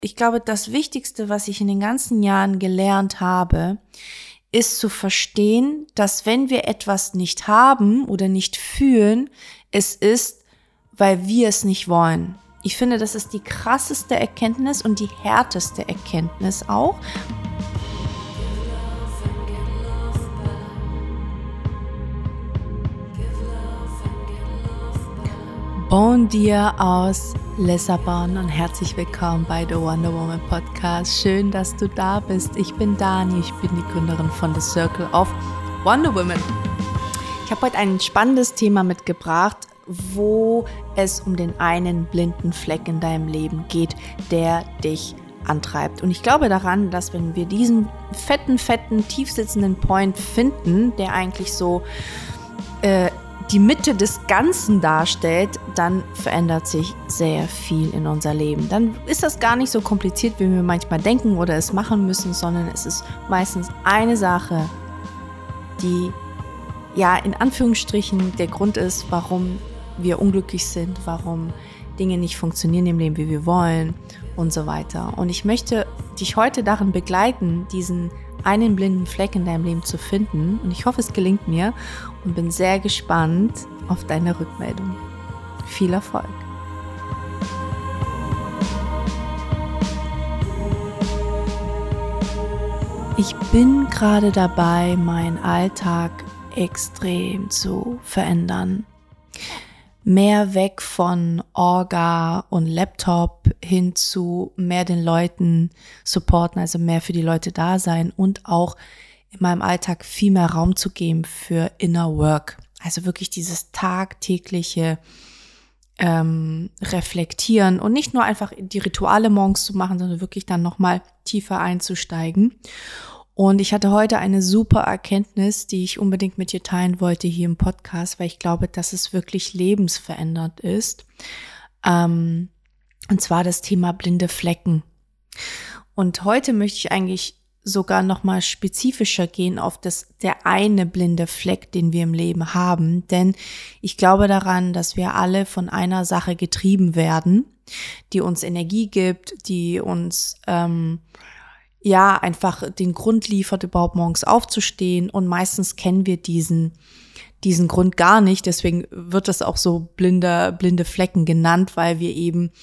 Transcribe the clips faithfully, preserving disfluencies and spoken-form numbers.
Ich glaube, das Wichtigste, was ich in den ganzen Jahren gelernt habe, ist zu verstehen, dass wenn wir etwas nicht haben oder nicht fühlen, es ist, weil wir es nicht wollen. Ich finde, das ist die krasseste Erkenntnis und die härteste Erkenntnis auch. Bon dia aus Lissabon und herzlich willkommen bei The Wonder Woman Podcast. Schön, dass du da bist. Ich bin Dani, ich bin die Gründerin von The Circle of Wonder Woman. Ich habe heute ein spannendes Thema mitgebracht, wo es um den einen blinden Fleck in deinem Leben geht, der dich antreibt. Und ich glaube daran, dass wenn wir diesen fetten, fetten, tiefsitzenden Point finden, der eigentlich so äh, die Mitte des Ganzen darstellt, dann verändert sich sehr viel in unser Leben. Dann ist das gar nicht so kompliziert, wie wir manchmal denken oder es machen müssen, sondern es ist meistens eine Sache, die ja in Anführungsstrichen der Grund ist, warum wir unglücklich sind, warum Dinge nicht funktionieren im Leben, wie wir wollen und so weiter. Und ich möchte dich heute darin begleiten, diesen einen blinden Fleck in deinem Leben zu finden. Und ich hoffe, es gelingt mir und bin sehr gespannt auf deine Rückmeldung. Viel Erfolg! Ich bin gerade dabei, meinen Alltag extrem zu verändern. Mehr weg von Orga und Laptop hin zu mehr den Leuten supporten, also mehr für die Leute da sein und auch in meinem Alltag viel mehr Raum zu geben für Inner Work. Also wirklich dieses tagtägliche ähm, Reflektieren und nicht nur einfach die Rituale morgens zu machen, sondern wirklich dann nochmal tiefer einzusteigen. Und ich hatte heute eine super Erkenntnis, die ich unbedingt mit dir teilen wollte hier im Podcast, weil ich glaube, dass es wirklich lebensverändernd ist. Ähm, und zwar das Thema blinde Flecken. Und heute möchte ich eigentlich sogar nochmal spezifischer gehen auf das, der eine blinde Fleck, den wir im Leben haben. Denn ich glaube daran, dass wir alle von einer Sache getrieben werden, die uns Energie gibt, die uns ähm, ja, einfach den Grund liefert, überhaupt morgens aufzustehen. Und meistens kennen wir diesen, diesen Grund gar nicht. Deswegen wird das auch so blinde, blinde Flecken genannt, weil wir eben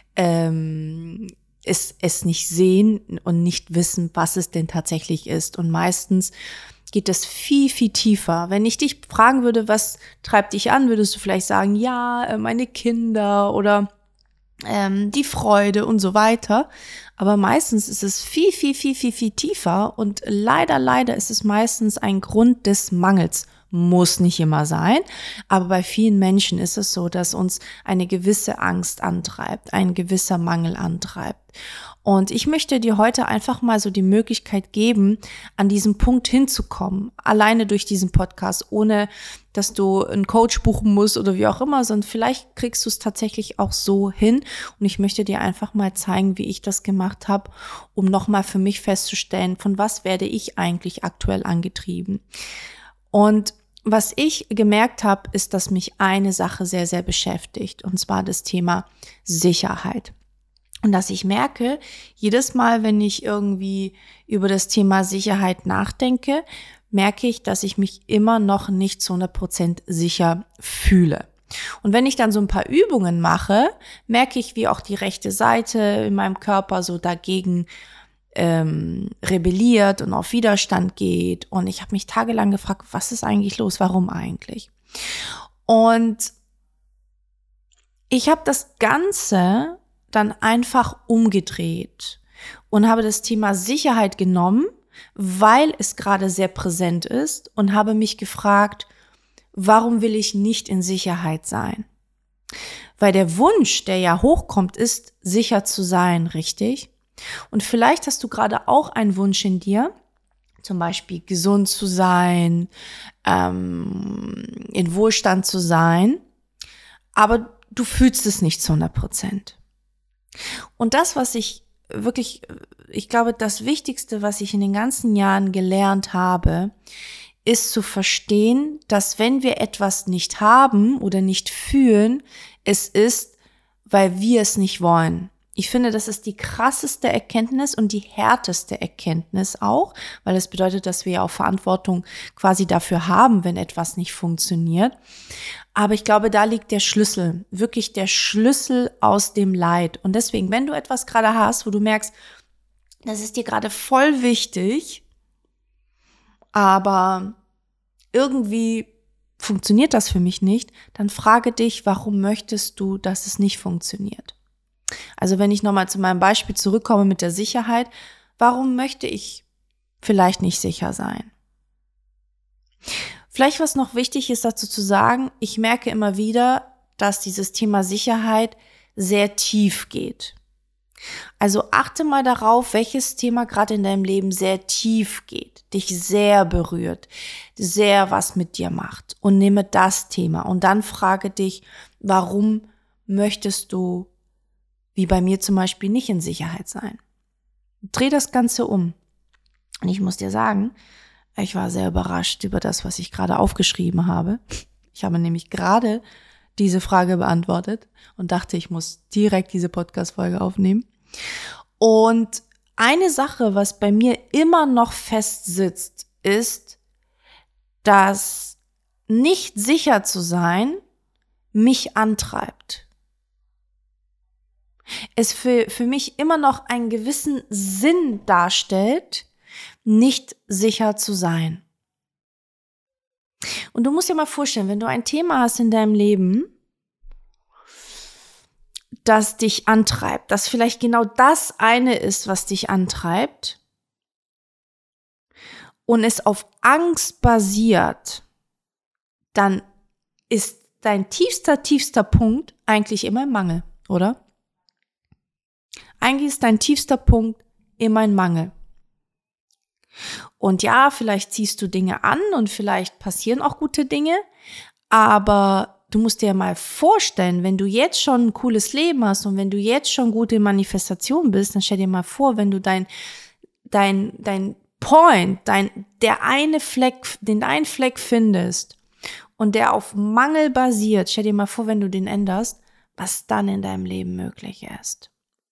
ähm, es, es nicht sehen und nicht wissen, was es denn tatsächlich ist. Und meistens geht es viel, viel tiefer. Wenn ich dich fragen würde, was treibt dich an, würdest du vielleicht sagen, ja, meine Kinder oder Ähm, die Freude und so weiter. Aber meistens ist es viel, viel, viel, viel, viel tiefer und leider, leider ist es meistens ein Grund des Mangels. Muss nicht immer sein, aber bei vielen Menschen ist es so, dass uns eine gewisse Angst antreibt, ein gewisser Mangel antreibt. Und ich möchte dir heute einfach mal so die Möglichkeit geben, an diesen Punkt hinzukommen, alleine durch diesen Podcast, ohne dass du einen Coach buchen musst oder wie auch immer, sondern vielleicht kriegst du es tatsächlich auch so hin. Und ich möchte dir einfach mal zeigen, wie ich das gemacht habe, um nochmal für mich festzustellen, von was werde ich eigentlich aktuell angetrieben. Und was ich gemerkt habe, ist, dass mich eine Sache sehr, sehr beschäftigt, und zwar das Thema Sicherheit. Und dass ich merke, jedes Mal, wenn ich irgendwie über das Thema Sicherheit nachdenke, merke ich, dass ich mich immer noch nicht zu hundert Prozent sicher fühle. Und wenn ich dann so ein paar Übungen mache, merke ich, wie auch die rechte Seite in meinem Körper so dagegen ähm, rebelliert und auf Widerstand geht. Und ich habe mich tagelang gefragt, was ist eigentlich los, warum eigentlich? Und ich habe das Ganze dann einfach umgedreht und habe das Thema Sicherheit genommen, weil es gerade sehr präsent ist, und habe mich gefragt, warum will ich nicht in Sicherheit sein? Weil der Wunsch, der ja hochkommt, ist, sicher zu sein, richtig? Und vielleicht hast du gerade auch einen Wunsch in dir, zum Beispiel gesund zu sein, ähm, in Wohlstand zu sein, aber du fühlst es nicht zu hundert Prozent. Und das, was ich wirklich, ich glaube, das Wichtigste, was ich in den ganzen Jahren gelernt habe, ist zu verstehen, dass wenn wir etwas nicht haben oder nicht fühlen, es ist, weil wir es nicht wollen. Ich finde, das ist die krasseste Erkenntnis und die härteste Erkenntnis auch, weil es bedeutet, dass wir ja auch Verantwortung quasi dafür haben, wenn etwas nicht funktioniert. Aber ich glaube, da liegt der Schlüssel, wirklich der Schlüssel aus dem Leid. Und deswegen, wenn du etwas gerade hast, wo du merkst, das ist dir gerade voll wichtig, aber irgendwie funktioniert das für mich nicht, dann frage dich, warum möchtest du, dass es nicht funktioniert? Also wenn ich nochmal zu meinem Beispiel zurückkomme mit der Sicherheit, warum möchte ich vielleicht nicht sicher sein? Vielleicht was noch wichtig ist dazu zu sagen, ich merke immer wieder, dass dieses Thema Sicherheit sehr tief geht. Also achte mal darauf, welches Thema gerade in deinem Leben sehr tief geht, dich sehr berührt, sehr was mit dir macht und nehme das Thema und dann frage dich, warum möchtest du, wie bei mir zum Beispiel, nicht in Sicherheit sein? Dreh das Ganze um. Und ich muss dir sagen, ich war sehr überrascht über das, was ich gerade aufgeschrieben habe. Ich habe nämlich gerade diese Frage beantwortet und dachte, ich muss direkt diese Podcast-Folge aufnehmen. Und eine Sache, was bei mir immer noch fest sitzt, ist, dass nicht sicher zu sein mich antreibt. Es für, für mich immer noch einen gewissen Sinn darstellt, nicht sicher zu sein. Und du musst dir mal vorstellen, wenn du ein Thema hast in deinem Leben, das dich antreibt, das vielleicht genau das eine ist, was dich antreibt und es auf Angst basiert, dann ist dein tiefster, tiefster Punkt eigentlich immer im Mangel, oder? Eigentlich ist dein tiefster Punkt immer ein Mangel. Und ja, vielleicht ziehst du Dinge an und vielleicht passieren auch gute Dinge, aber du musst dir mal vorstellen, wenn du jetzt schon ein cooles Leben hast und wenn du jetzt schon gut in Manifestation bist, dann stell dir mal vor, wenn du dein, dein, dein Point, dein, der eine Fleck, den einen Fleck findest und der auf Mangel basiert, stell dir mal vor, wenn du den änderst, was dann in deinem Leben möglich ist.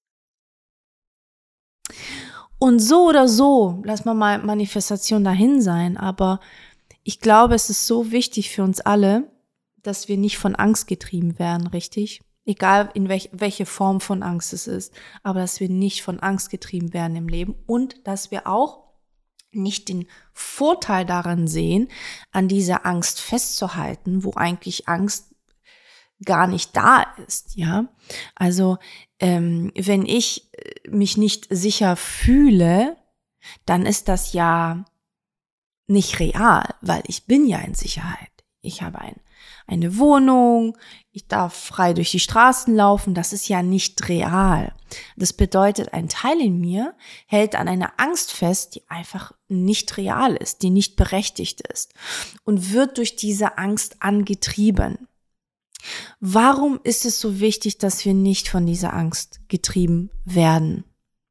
Und so oder so, lass mal mal Manifestation dahin sein, aber ich glaube, es ist so wichtig für uns alle, dass wir nicht von Angst getrieben werden, richtig? Egal in welch, welche Form von Angst es ist, aber dass wir nicht von Angst getrieben werden im Leben und dass wir auch nicht den Vorteil daran sehen, an dieser Angst festzuhalten, wo eigentlich Angst gar nicht da ist, ja. Also ähm, wenn ich mich nicht sicher fühle, dann ist das ja nicht real, weil ich bin ja in Sicherheit. Ich habe ein, eine Wohnung, ich darf frei durch die Straßen laufen, das ist ja nicht real. Das bedeutet, ein Teil in mir hält an einer Angst fest, die einfach nicht real ist, die nicht berechtigt ist und wird durch diese Angst angetrieben. Warum ist es so wichtig, dass wir nicht von dieser Angst getrieben werden?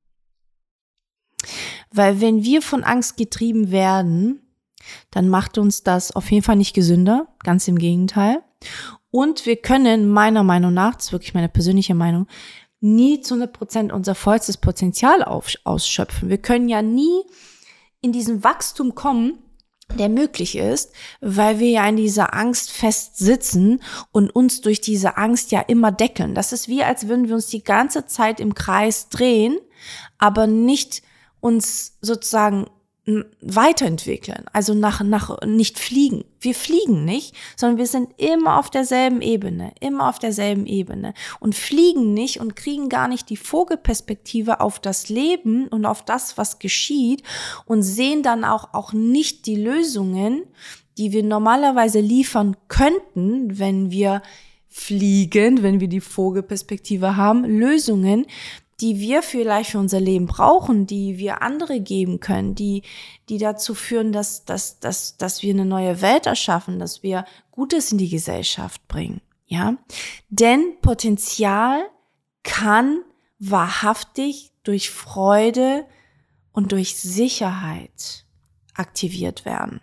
Weil wenn wir von Angst getrieben werden, dann macht uns das auf jeden Fall nicht gesünder, ganz im Gegenteil. Und wir können meiner Meinung nach, das ist wirklich meine persönliche Meinung, nie zu hundert Prozent unser vollstes Potenzial ausschöpfen. Wir können ja nie in diesen Wachstum kommen, der möglich ist, weil wir ja in dieser Angst fest sitzen und uns durch diese Angst ja immer deckeln. Das ist wie, als würden wir uns die ganze Zeit im Kreis drehen, aber nicht uns sozusagen weiterentwickeln, also nach, nach, nicht fliegen. Wir fliegen nicht, sondern wir sind immer auf derselben Ebene, immer auf derselben Ebene und fliegen nicht und kriegen gar nicht die Vogelperspektive auf das Leben und auf das, was geschieht und sehen dann auch, auch nicht die Lösungen, die wir normalerweise liefern könnten, wenn wir fliegen, wenn wir die Vogelperspektive haben, Lösungen, die wir vielleicht für unser Leben brauchen, die wir andere geben können, die, die dazu führen, dass, dass, dass, dass wir eine neue Welt erschaffen, dass wir Gutes in die Gesellschaft bringen, ja? Denn Potenzial kann wahrhaftig durch Freude und durch Sicherheit aktiviert werden.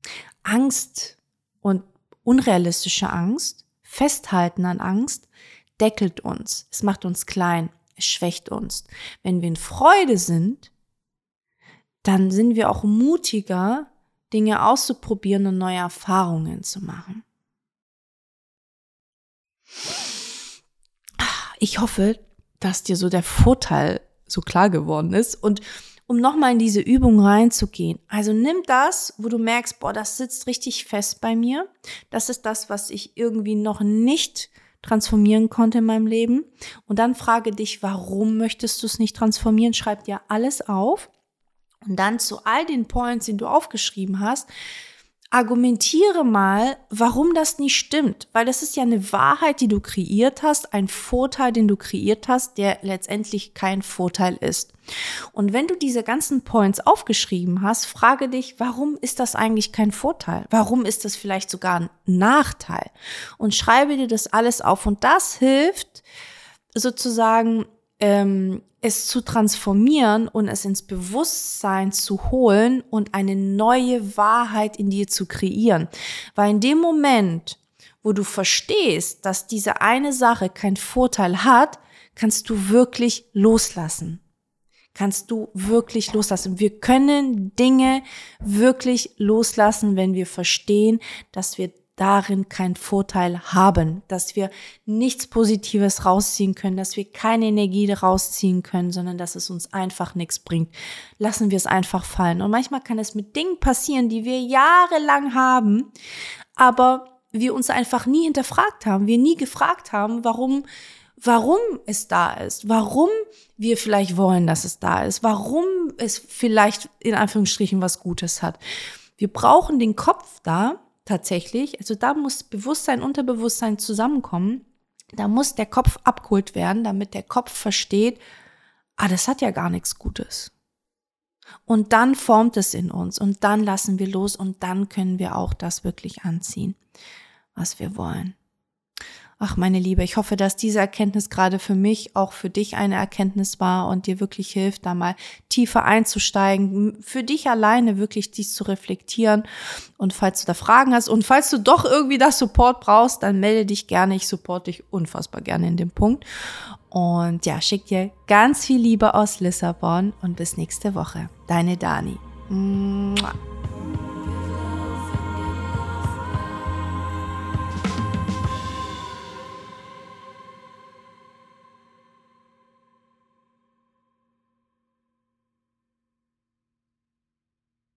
Angst und unrealistische Angst, Festhalten an Angst, deckelt uns, es macht uns klein, es schwächt uns. Wenn wir in Freude sind, dann sind wir auch mutiger, Dinge auszuprobieren und neue Erfahrungen zu machen. Ich hoffe, dass dir so der Vorteil so klar geworden ist. Und um nochmal in diese Übung reinzugehen, also nimm das, wo du merkst, boah, das sitzt richtig fest bei mir. Das ist das, was ich irgendwie noch nicht transformieren konnte in meinem Leben. Und dann frage dich, warum möchtest du es nicht transformieren? Schreib dir alles auf. Und dann zu all den Points, die du aufgeschrieben hast, argumentiere mal, warum das nicht stimmt. Weil das ist ja eine Wahrheit, die du kreiert hast, ein Vorteil, den du kreiert hast, der letztendlich kein Vorteil ist. Und wenn du diese ganzen Points aufgeschrieben hast, frage dich, warum ist das eigentlich kein Vorteil? Warum ist das vielleicht sogar ein Nachteil? Und schreibe dir das alles auf. Und das hilft sozusagen, ähm, es zu transformieren und es ins Bewusstsein zu holen und eine neue Wahrheit in dir zu kreieren. Weil in dem Moment, wo du verstehst, dass diese eine Sache keinen Vorteil hat, kannst du wirklich loslassen. Kannst du wirklich loslassen. Wir können Dinge wirklich loslassen, wenn wir verstehen, dass wir darin keinen Vorteil haben, dass wir nichts Positives rausziehen können, dass wir keine Energie rausziehen können, sondern dass es uns einfach nichts bringt. Lassen wir es einfach fallen. Und manchmal kann es mit Dingen passieren, die wir jahrelang haben, aber wir uns einfach nie hinterfragt haben, wir nie gefragt haben, warum, warum es da ist, warum wir vielleicht wollen, dass es da ist, warum es vielleicht in Anführungsstrichen was Gutes hat. Wir brauchen den Kopf da, tatsächlich, also da muss Bewusstsein, Unterbewusstsein zusammenkommen, da muss der Kopf abgeholt werden, damit der Kopf versteht, ah, das hat ja gar nichts Gutes. Und dann formt es in uns und dann lassen wir los und dann können wir auch das wirklich anziehen, was wir wollen. Ach, meine Liebe, ich hoffe, dass diese Erkenntnis gerade für mich, auch für dich eine Erkenntnis war und dir wirklich hilft, da mal tiefer einzusteigen, für dich alleine wirklich dies zu reflektieren. Und falls du da Fragen hast und falls du doch irgendwie das Support brauchst, dann melde dich gerne. Ich supporte dich unfassbar gerne in dem Punkt. Und ja, schick dir ganz viel Liebe aus Lissabon und bis nächste Woche. Deine Dani. Mua.